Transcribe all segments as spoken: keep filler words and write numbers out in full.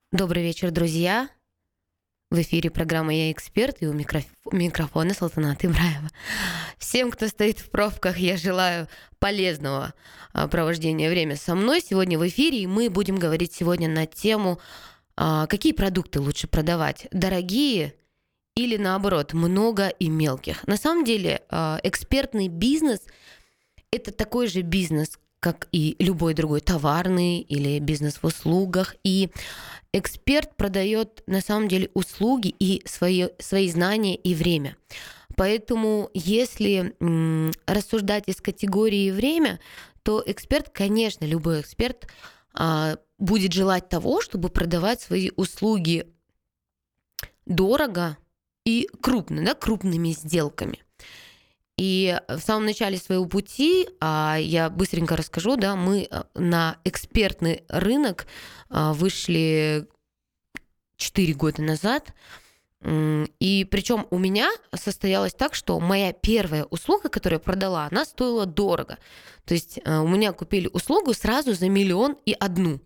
Добрый вечер, друзья. В эфире программа «Я эксперт» и у микроф- микрофона Салтанат Ибраева. Всем, кто стоит в пробках, я желаю полезного а, провождения времени со мной сегодня в эфире. И мы будем говорить сегодня на тему, а, какие продукты лучше продавать. Дорогие или, наоборот, много и мелких. На самом деле, а, экспертный бизнес– это такой же бизнес, как и любой другой, товарный или бизнес в услугах. И эксперт продает на самом деле услуги и свои, свои знания и время. Поэтому если м, рассуждать из категории время, то эксперт, конечно, любой эксперт а, будет желать того, чтобы продавать свои услуги дорого и крупно, да, крупными сделками. И в самом начале своего пути, а, я быстренько расскажу, да, мы а, на экспертный рынок а, вышли четыре года назад. М, И причем у меня состоялось так, что моя первая услуга, которую я продала, она стоила дорого. То есть а, у меня купили услугу сразу за миллион и одну.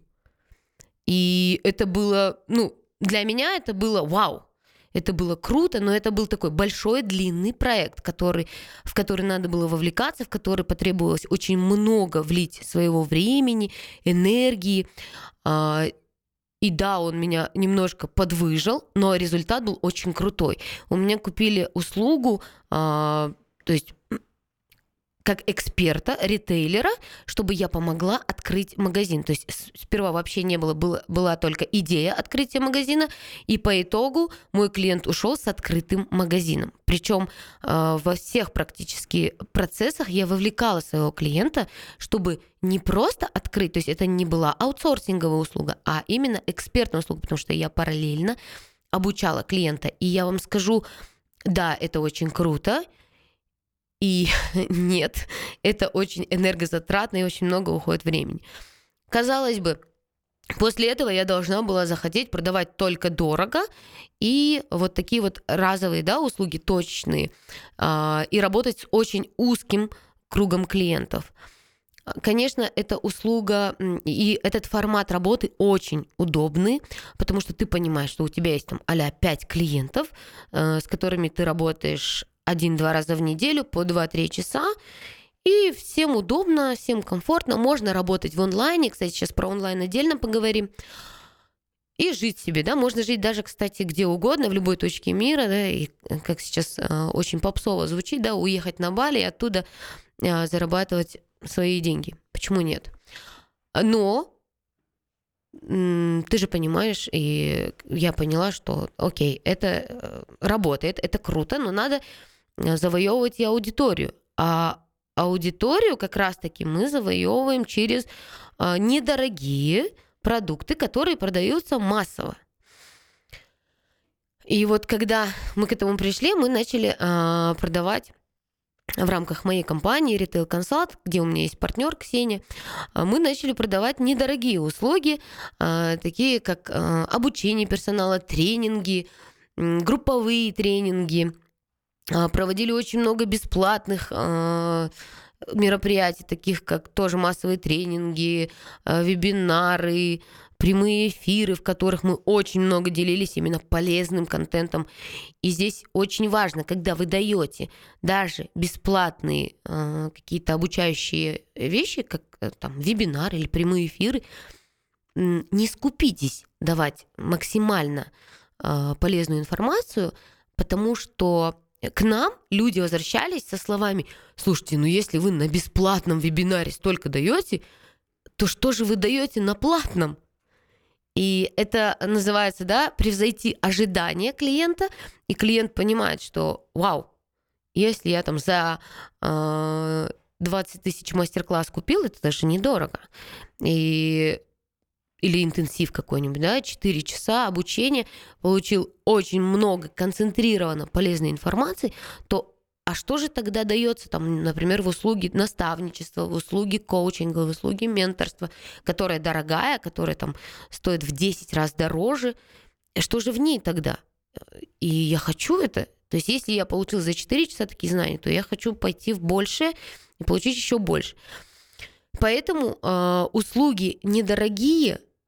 И это было, ну, для меня это было вау. Это было круто, но это был такой большой, длинный проект, который, в который надо было вовлекаться, в который потребовалось очень много влить своего времени, энергии. А, И да, он меня немножко подвыжил, но результат был очень крутой. У меня купили услугу, а, то есть как эксперта, ритейлера, чтобы я помогла открыть магазин. То есть с- сперва вообще не было, было, была только идея открытия магазина, и по итогу мой клиент ушел с открытым магазином. Причем э, во всех практически процессах я вовлекала своего клиента, чтобы не просто открыть, то есть это не была аутсорсинговая услуга, а именно экспертная услуга, потому что я параллельно обучала клиента. И я вам скажу, да, это очень круто, и нет, это очень энергозатратно и очень много уходит времени. Казалось бы, после этого я должна была захотеть продавать только дорого и вот такие вот разовые, да, услуги точечные, а, и работать с очень узким кругом клиентов. Конечно, эта услуга м, и этот формат работы очень удобный, потому что ты понимаешь, что у тебя есть там а-ля пять клиентов, э, с которыми ты работаешь один-два раза в неделю по два-три часа, и всем удобно, всем комфортно, можно работать в онлайне, кстати, сейчас про онлайн отдельно поговорим, и жить себе, да, можно жить даже, кстати, где угодно, в любой точке мира, да, и э, как сейчас э, очень попсово звучит, да, уехать на Бали и оттуда э, зарабатывать свои деньги. Почему нет? Но м, ты же понимаешь, и я поняла, что, окей, это э, работает, это круто, но надо э, завоевывать и аудиторию. А аудиторию как раз-таки мы завоевываем через э, недорогие продукты, которые продаются массово. И вот когда мы к этому пришли, мы начали э, продавать в рамках моей компании Retail Consult, где у меня есть партнер Ксения, а, мы начали продавать недорогие услуги, а, такие как а, обучение персонала, тренинги, м, групповые тренинги. А, Проводили очень много бесплатных а, мероприятий, таких как тоже массовые тренинги, а, вебинары, прямые эфиры, в которых мы очень много делились именно полезным контентом. И здесь очень важно, когда вы даете даже бесплатные э, какие-то обучающие вещи, как э, там вебинары или прямые эфиры, м, не скупитесь давать максимально э, полезную информацию, потому что к нам люди возвращались со словами: слушайте, ну если вы на бесплатном вебинаре столько даете, то что же вы даете на платном? И это называется, да, превзойти ожидания клиента, и клиент понимает, что вау, если я там за э, двадцать тысяч мастер-класс купил, это даже недорого. И, или интенсив какой-нибудь, да, четыре часа обучения, получил очень много концентрированно полезной информации, то а что же тогда дается, там, например, в услуге наставничества, в услуге коучинга, в услуге менторства, которая дорогая, которая там стоит в десять раз дороже? Что же в ней тогда? И я хочу это. То есть если я получил за четыре часа такие знания, то я хочу пойти в большее и получить еще больше. Поэтому э, услуги недорогие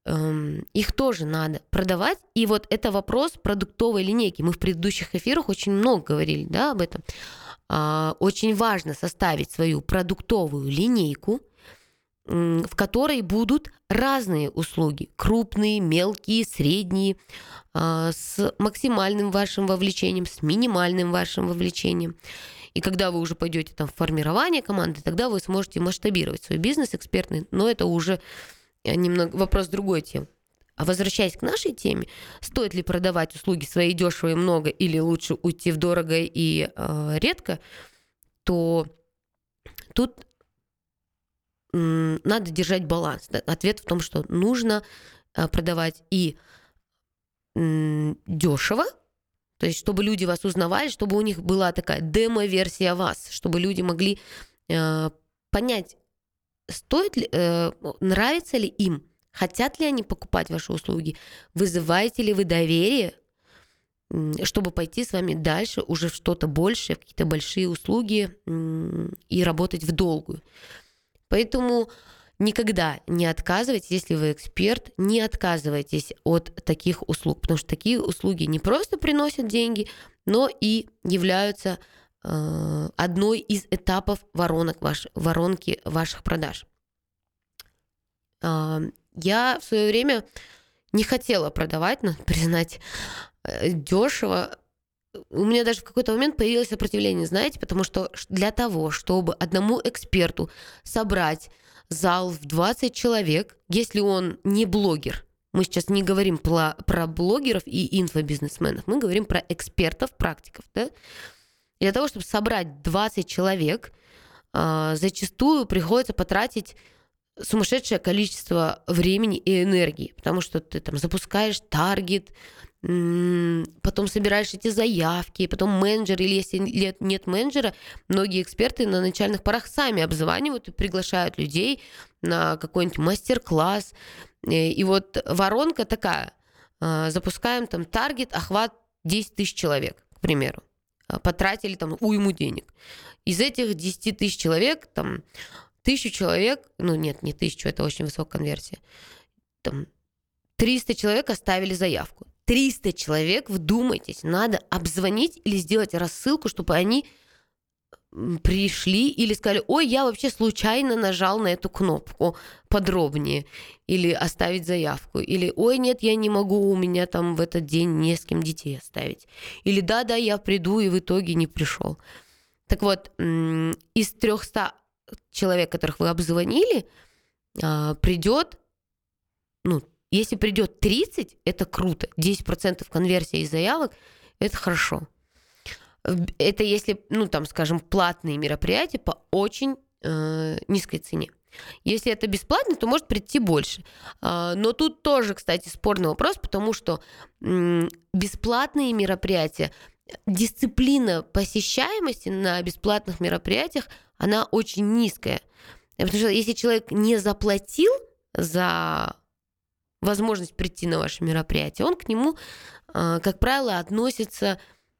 эм, их тоже надо продавать. И вот это вопрос продуктовой линейки. Мы в предыдущих эфирах очень много говорили, да, об этом. А, очень важно составить свою продуктовую линейку, в которой будут разные услуги. Крупные, мелкие, средние, с максимальным вашим вовлечением, с минимальным вашим вовлечением. И когда вы уже пойдете там в формирование команды, тогда вы сможете масштабировать свой бизнес экспертный, но это уже немного вопрос другой темы. А возвращаясь к нашей теме, стоит ли продавать услуги свои дешево и много, или лучше уйти в дорого и э, редко, то тут м, надо держать баланс. Ответ в том, что нужно э, продавать и м, дешево, то есть чтобы люди вас узнавали, чтобы у них была такая демо-версия вас, чтобы люди могли э, понять, стоит ли, э, нравится ли им, хотят ли они покупать ваши услуги, вызываете ли вы доверие, чтобы пойти с вами дальше уже в что-то большее, в какие-то большие услуги и работать в долгую. Поэтому никогда не отказывайтесь, если вы эксперт, не отказывайтесь от таких услуг, потому что такие услуги не просто приносят деньги, но и являются э, одной из этапов воронок ваш, воронки ваших продаж. Э, я в свое время не хотела продавать, надо признать, дешево. У меня даже в какой-то момент появилось сопротивление, знаете, потому что для того, чтобы одному эксперту собрать зал в двадцать человек, если он не блогер, мы сейчас не говорим про, про блогеров и инфобизнесменов, мы говорим про экспертов, практиков, да? Для того, чтобы собрать двадцать человек, зачастую приходится потратить сумасшедшее количество времени и энергии, потому что ты там запускаешь таргет, потом собираешь эти заявки, потом менеджер, или если нет менеджера, многие эксперты на начальных порах сами обзванивают и приглашают людей на какой-нибудь мастер-класс. И вот воронка такая. Запускаем там таргет, охват десять тысяч человек, к примеру. Потратили там уйму денег. Из этих десяти тысяч человек, там, тысячу человек, ну нет, не тысячу, это очень высокая конверсия, там, триста человек оставили заявку. триста человек, вдумайтесь, надо обзвонить или сделать рассылку, чтобы они пришли или сказали: ой, я вообще случайно нажал на эту кнопку подробнее, или оставить заявку, или ой, нет, я не могу, у меня там в этот день не с кем детей оставить, или да-да, я приду и в итоге не пришел. Так вот, из трехсот человек, которых вы обзвонили, придет, ну, если придет тридцать, это круто. десять процентов конверсии из заявок – это хорошо. Это если, ну, там, скажем, платные мероприятия по очень э, низкой цене. Если это бесплатно, то может прийти больше. Э, но тут тоже, кстати, спорный вопрос, потому что э, бесплатные мероприятия, дисциплина посещаемости на бесплатных мероприятиях, она очень низкая. Потому что если человек не заплатил за возможность прийти на ваше мероприятие, он к нему, как правило, относится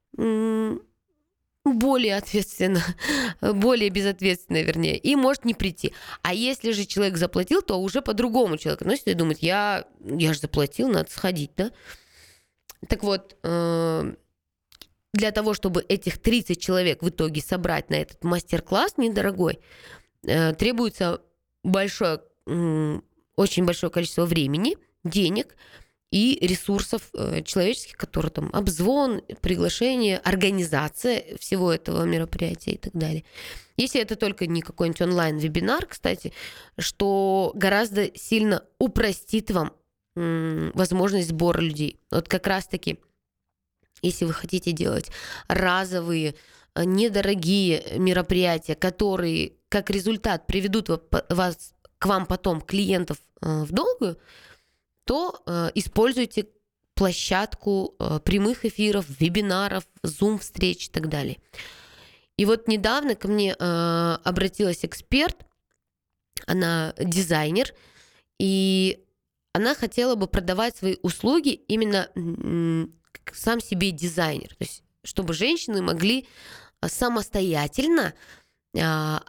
более ответственно, более безответственно, вернее, и может не прийти. А если же человек заплатил, то уже по-другому человек относится и думает: я, я же заплатил, надо сходить, да? Так вот, для того, чтобы этих тридцать человек в итоге собрать на этот мастер-класс недорогой, требуется большое, очень большое количество времени, денег и ресурсов человеческих, которые там обзвон, приглашение, организация всего этого мероприятия и так далее. Если это только не какой-нибудь онлайн-вебинар, кстати, что гораздо сильно упростит вам возможность сбора людей. Вот как раз-таки, если вы хотите делать разовые, недорогие мероприятия, которые как результат приведут вас, к вам потом клиентов в долгую, то э, используйте площадку э, прямых эфиров, вебинаров, зум-встреч и так далее. И вот недавно ко мне э, обратилась эксперт, она дизайнер, и она хотела бы продавать свои услуги именно м, сам себе дизайнер, то есть чтобы женщины могли самостоятельно э,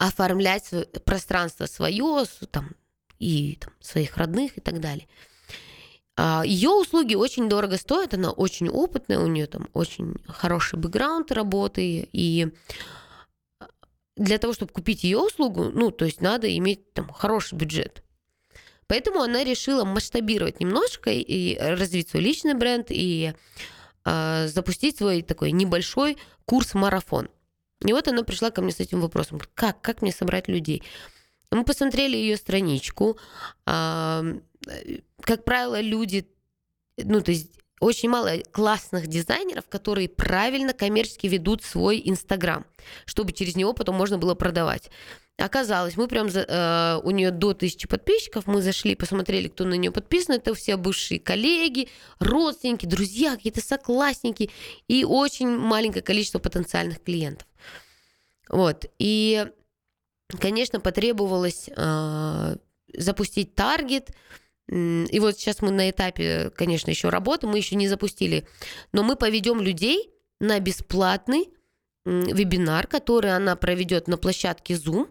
оформлять свое, пространство свое, там, и там, своих родных и так далее. Ее услуги очень дорого стоят, она очень опытная, у нее там очень хороший бэкграунд работы, и для того, чтобы купить ее услугу, ну, то есть надо иметь там хороший бюджет. Поэтому она решила масштабировать немножко и развить свой личный бренд, и э, запустить свой такой небольшой курс-марафон. И вот она пришла ко мне с этим вопросом. Как? Как мне собрать людей? Мы посмотрели ее страничку. Э, как правило, люди... Ну, то есть очень мало классных дизайнеров, которые правильно коммерчески ведут свой Инстаграм, чтобы через него потом можно было продавать. Оказалось, мы прям за, э, у нее до тысячи подписчиков, мы зашли, посмотрели, кто на нее подписан. Это все бывшие коллеги, родственники, друзья, какие-то соклассники и очень маленькое количество потенциальных клиентов. Вот. И, конечно, потребовалось э, запустить таргет. И вот сейчас мы на этапе, конечно, еще работы, мы еще не запустили, но мы поведем людей на бесплатный вебинар, который она проведет на площадке Zoom,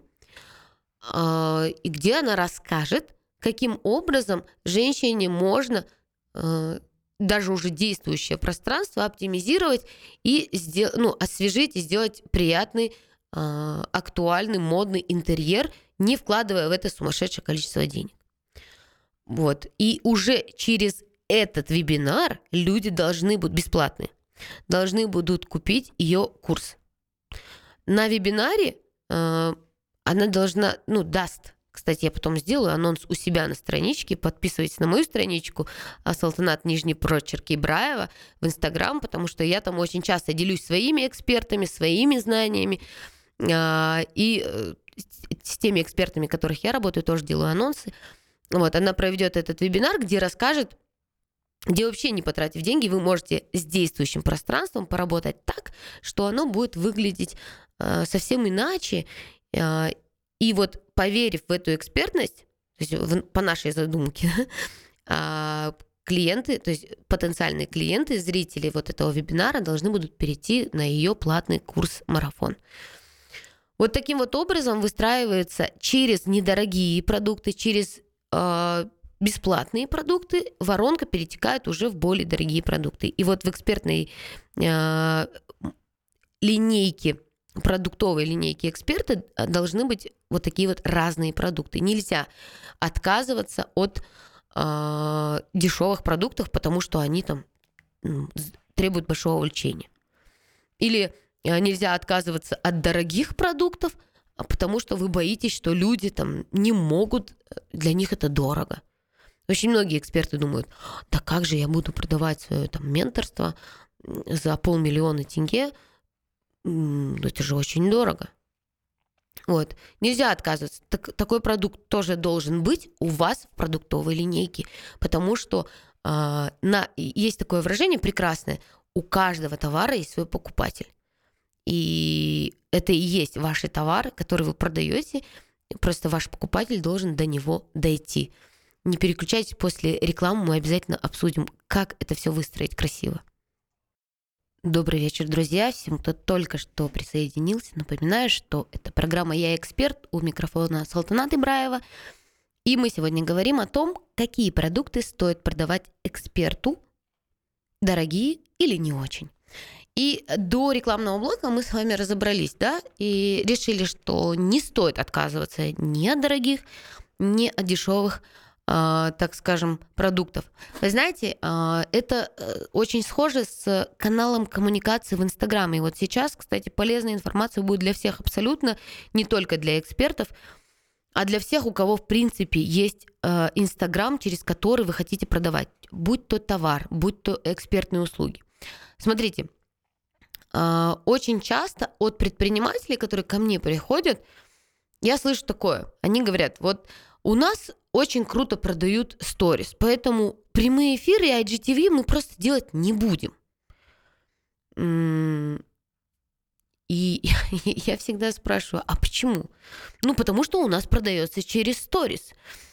и где она расскажет, каким образом женщине можно даже уже действующее пространство оптимизировать и сдел- ну, освежить и сделать приятный, актуальный, модный интерьер, не вкладывая в это сумасшедшее количество денег. Вот. И уже через этот вебинар люди должны будут, бесплатные, должны будут купить ее курс. На вебинаре э, она должна, ну, даст, кстати, я потом сделаю анонс у себя на страничке, подписывайтесь на мою страничку Салтанат, нижний прочерк, Ибраева в Инстаграм, потому что я там очень часто делюсь своими экспертами, своими знаниями, э, и э, с теми экспертами, которых я работаю, тоже делаю анонсы. Вот, она проведет этот вебинар, где расскажет, где вообще не потратив деньги, вы можете с действующим пространством поработать так, что оно будет выглядеть э, совсем иначе. Э, и вот поверив в эту экспертность, то есть в, по нашей задумке, э, клиенты, то есть потенциальные клиенты, зрители вот этого вебинара должны будут перейти на ее платный курс-марафон. Вот таким вот образом выстраивается через недорогие продукты, через бесплатные продукты, воронка перетекает уже в более дорогие продукты. И вот в экспертной э, линейке, продуктовой линейке эксперты должны быть вот такие вот разные продукты. Нельзя отказываться от э, дешевых продуктов, потому что они там ну, требуют большого увлечения. Или э, нельзя отказываться от дорогих продуктов, потому что вы боитесь, что люди там не могут, для них это дорого. Очень многие эксперты думают, да как же я буду продавать свое там менторство за полмиллиона тенге, это же очень дорого. Вот. Нельзя отказываться. Так, такой продукт тоже должен быть у вас в продуктовой линейке, потому что э, на, есть такое выражение прекрасное, у каждого товара есть свой покупатель. И это и есть ваши товары, которые вы продаете. Просто ваш покупатель должен до него дойти. Не переключайтесь, после рекламы мы обязательно обсудим, как это все выстроить красиво. Добрый вечер, друзья. Всем, кто только что присоединился, напоминаю, что это программа «Я эксперт», у микрофона Салтанат Ибраева. И мы сегодня говорим о том, какие продукты стоит продавать эксперту, дорогие или не очень. И до рекламного блока мы с вами разобрались, да, и решили, что не стоит отказываться ни от дорогих, ни от дешевых, э, так скажем, продуктов. Вы знаете, э, это очень схоже с каналом коммуникации в Инстаграме. И вот сейчас, кстати, полезная информация будет для всех абсолютно, не только для экспертов, а для всех, у кого, в принципе, есть э, Инстаграм, через который вы хотите продавать, будь то товар, будь то экспертные услуги. Смотрите, очень часто от предпринимателей, которые ко мне приходят, я слышу такое. Они говорят, вот у нас очень круто продают сторис, поэтому прямые эфиры и ай джи ти ви мы просто делать не будем. И я всегда спрашиваю, а почему? Ну, потому что у нас продается через сторис.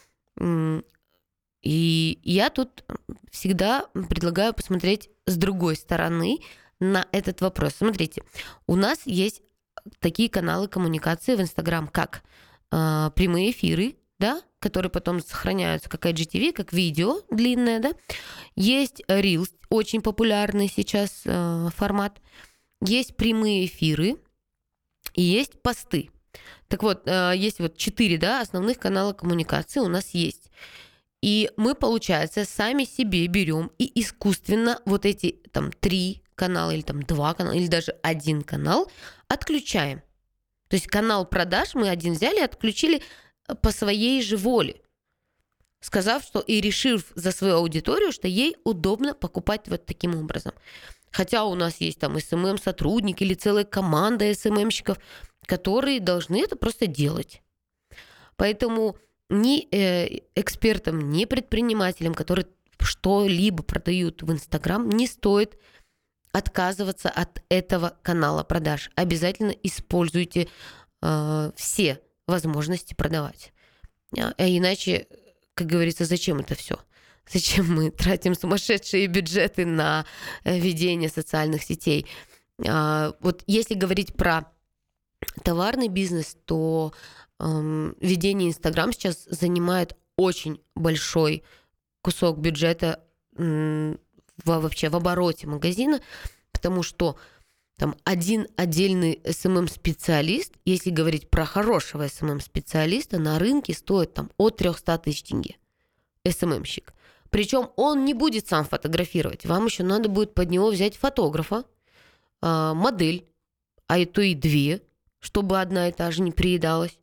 И я тут всегда предлагаю посмотреть с другой стороны на этот вопрос. Смотрите, у нас есть такие каналы коммуникации в Инстаграм, как э, прямые эфиры, да, которые потом сохраняются как ай джи ти ви, как видео длинное, да. Есть Reels, очень популярный сейчас э, формат. Есть прямые эфиры и есть посты. Так вот, э, есть вот четыре, да, основных канала коммуникации у нас есть. И мы, получается, сами себе берем и искусственно вот эти там три канала или там два канала, или даже один канал отключаем. То есть канал продаж мы один взяли и отключили по своей же воле, сказав, что и решив за свою аудиторию, что ей удобно покупать вот таким образом. Хотя у нас есть там эс эм эм-сотрудники или целая команда эс эм эм-щиков, которые должны это просто делать. Поэтому ни э, экспертам, ни предпринимателям, которые что-либо продают в Инстаграм, не стоит отказываться от этого канала продаж. Обязательно используйте э, все возможности продавать. А иначе, как говорится, зачем это все? Зачем мы тратим сумасшедшие бюджеты на ведение социальных сетей? А, вот если говорить про товарный бизнес, то эм, ведение Инстаграм сейчас занимает очень большой кусок бюджета м, в, вообще в обороте магазина, потому что там один отдельный эс эм эм-специалист, если говорить про хорошего эс эм эм-специалиста, на рынке стоит там от триста тысяч тенге. эс эм эм-щик. Причем он не будет сам фотографировать. Вам еще надо будет под него взять фотографа, модель, а и то и две, чтобы одна и та же не приедалась.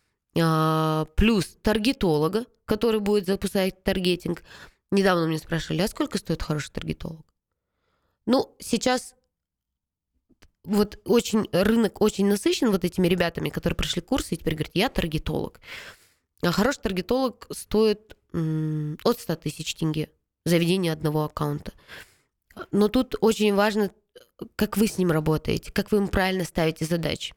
Плюс таргетолога, который будет запускать таргетинг. Недавно меня спрашивали, а сколько стоит хороший таргетолог? Ну, сейчас вот очень рынок очень насыщен вот этими ребятами, которые прошли курсы, и теперь говорят, я таргетолог. А хороший таргетолог стоит м, от ста тысяч тенге за ведение одного аккаунта. Но тут очень важно, как вы с ним работаете, как вы ему правильно ставите задачи.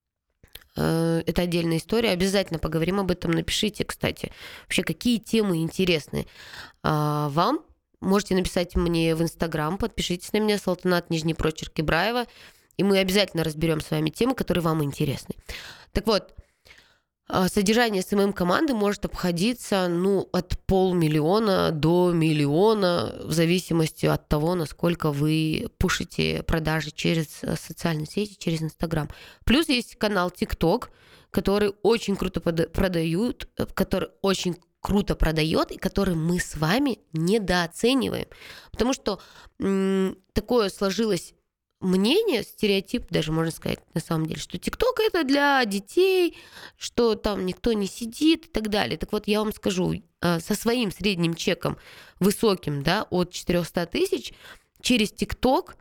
Это отдельная история. Обязательно поговорим об этом. Напишите, кстати, вообще, какие темы интересны вам. Можете написать мне в Инстаграм, подпишитесь на меня, Салтанат, нижний прочерк Ибраева, и мы обязательно разберем с вами темы, которые вам интересны. Так вот, содержание эс эм эм-команды может обходиться ну, от полмиллиона до миллиона, в зависимости от того, насколько вы пушите продажи через социальные сети, через Инстаграм. Плюс есть канал ТикТок, который очень круто продают, который очень круто продает, и который мы с вами недооцениваем. Потому что м- такое сложилось мнение, стереотип, даже можно сказать, на самом деле, что ТикТок это для детей, что там никто не сидит и так далее. Так вот, я вам скажу, со своим средним чеком высоким, да, от четыреста тысяч, через ТикТок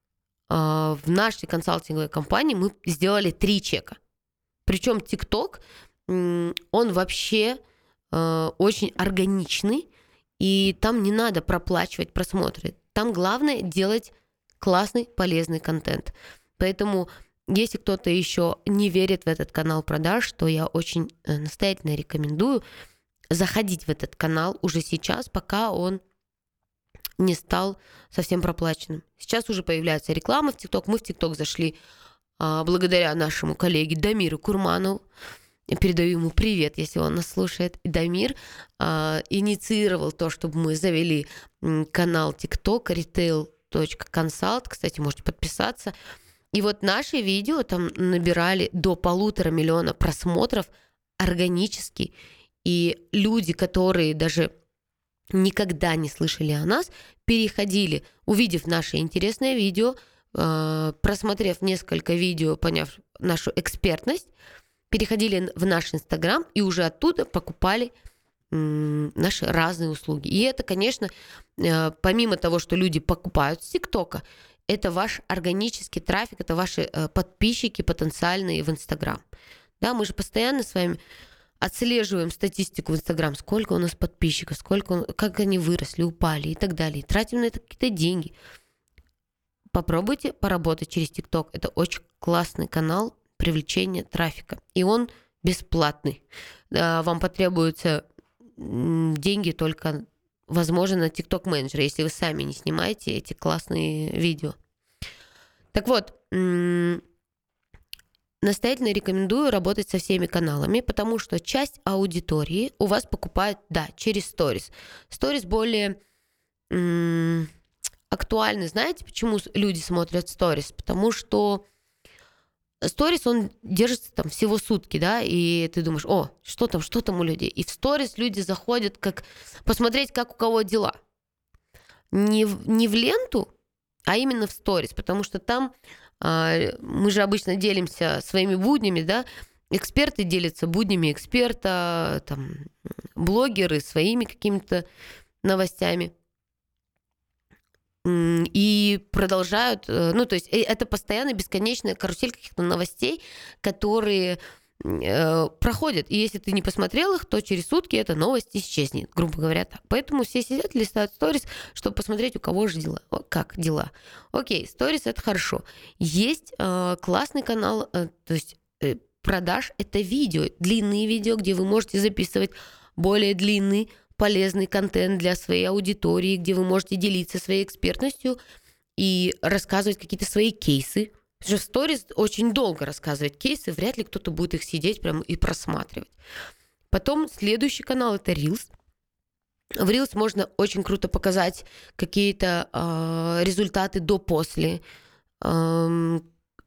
в нашей консалтинговой компании мы сделали три чека. Причем ТикТок, он вообще очень органичный, и там не надо проплачивать просмотры. Там главное делать классный, полезный контент. Поэтому, если кто-то еще не верит в этот канал продаж, то я очень настоятельно рекомендую заходить в этот канал уже сейчас, пока он не стал совсем проплаченным. Сейчас уже появляется реклама в ТикТок. Мы в ТикТок зашли а, благодаря нашему коллеге Дамиру Курманову. Я передаю ему привет, если он нас слушает. Дамир а, инициировал то, чтобы мы завели канал ТикТок Retail Консалт, кстати, можете подписаться. И вот наши видео там набирали до полутора миллиона просмотров органически. И люди, которые даже никогда не слышали о нас, переходили, увидев наше интересное видео, просмотрев несколько видео, поняв нашу экспертность, переходили в наш Инстаграм и уже оттуда покупали наши разные услуги. И это, конечно, помимо того, что люди покупают с ТикТока, это ваш органический трафик, это ваши подписчики потенциальные в Инстаграм. Да, мы же постоянно с вами отслеживаем статистику в Инстаграм, сколько у нас подписчиков, сколько, как они выросли, упали и так далее. И тратим на это какие-то деньги. Попробуйте поработать через ТикТок. Это очень классный канал привлечения трафика. И он бесплатный. Вам потребуется деньги только, возможно, на TikTok менеджер, если вы сами не снимаете эти классные видео. Так вот, настоятельно рекомендую работать со всеми каналами, потому что часть аудитории у вас покупает, да, через сторис. Сторис более м- актуальны. Знаете, почему люди смотрят сторис? Потому что сторис, он держится там всего сутки, да, и ты думаешь, о, что там, что там у людей. И в сторис люди заходят как посмотреть, как у кого дела. Не в, не в ленту, а именно в сторис, потому что там а, мы же обычно делимся своими буднями, да, эксперты делятся буднями эксперта, там, блогеры своими какими-то новостями. И продолжают, ну, то есть это постоянно бесконечная карусель каких-то новостей, которые э, проходят. И если ты не посмотрел их, то через сутки эта новость исчезнет, грубо говоря так. Поэтому все сидят, листают сторис, чтобы посмотреть, у кого же дела. О, как дела. Окей, сторис — это хорошо. Есть э, классный канал, э, то есть э, продаж — это видео, длинные видео, где вы можете записывать более длинный полезный контент для своей аудитории, где вы можете делиться своей экспертностью и рассказывать какие-то свои кейсы. Потому что в сторис очень долго рассказывать кейсы, вряд ли кто-то будет их сидеть прям и просматривать. Потом следующий канал — это Reels. В Reels можно очень круто показать какие-то э, результаты до-после. Эм,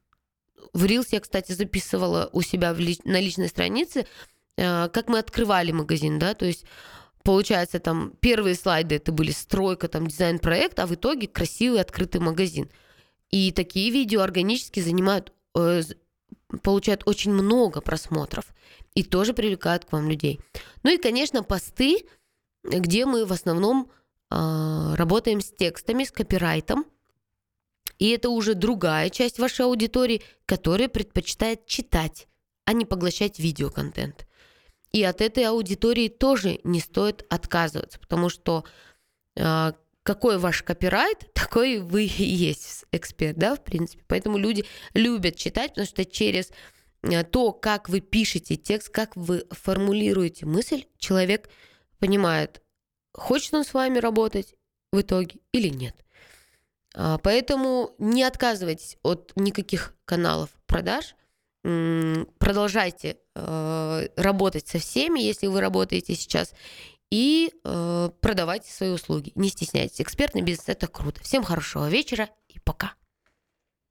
в Reels я, кстати, записывала у себя в лич- на личной странице, э, как мы открывали магазин, да, то есть получается, там первые слайды это были стройка, там дизайн-проект, а в итоге красивый открытый магазин. И такие видео органически занимают, э, получают очень много просмотров и тоже привлекают к вам людей. Ну и, конечно, посты, где мы в основном э, работаем с текстами, с копирайтом. И это уже другая часть вашей аудитории, которая предпочитает читать, а не поглощать видеоконтент. И от этой аудитории тоже не стоит отказываться, потому что э, какой ваш копирайт, такой вы и есть эксперт, да, в принципе. Поэтому люди любят читать, потому что через э, то, как вы пишете текст, как вы формулируете мысль, человек понимает, хочет он с вами работать в итоге или нет. А, поэтому не отказывайтесь от никаких каналов продаж. Продолжайте э, работать со всеми, если вы работаете сейчас, и э, продавайте свои услуги. Не стесняйтесь. Экспертный бизнес — это круто. Всем хорошего вечера и пока.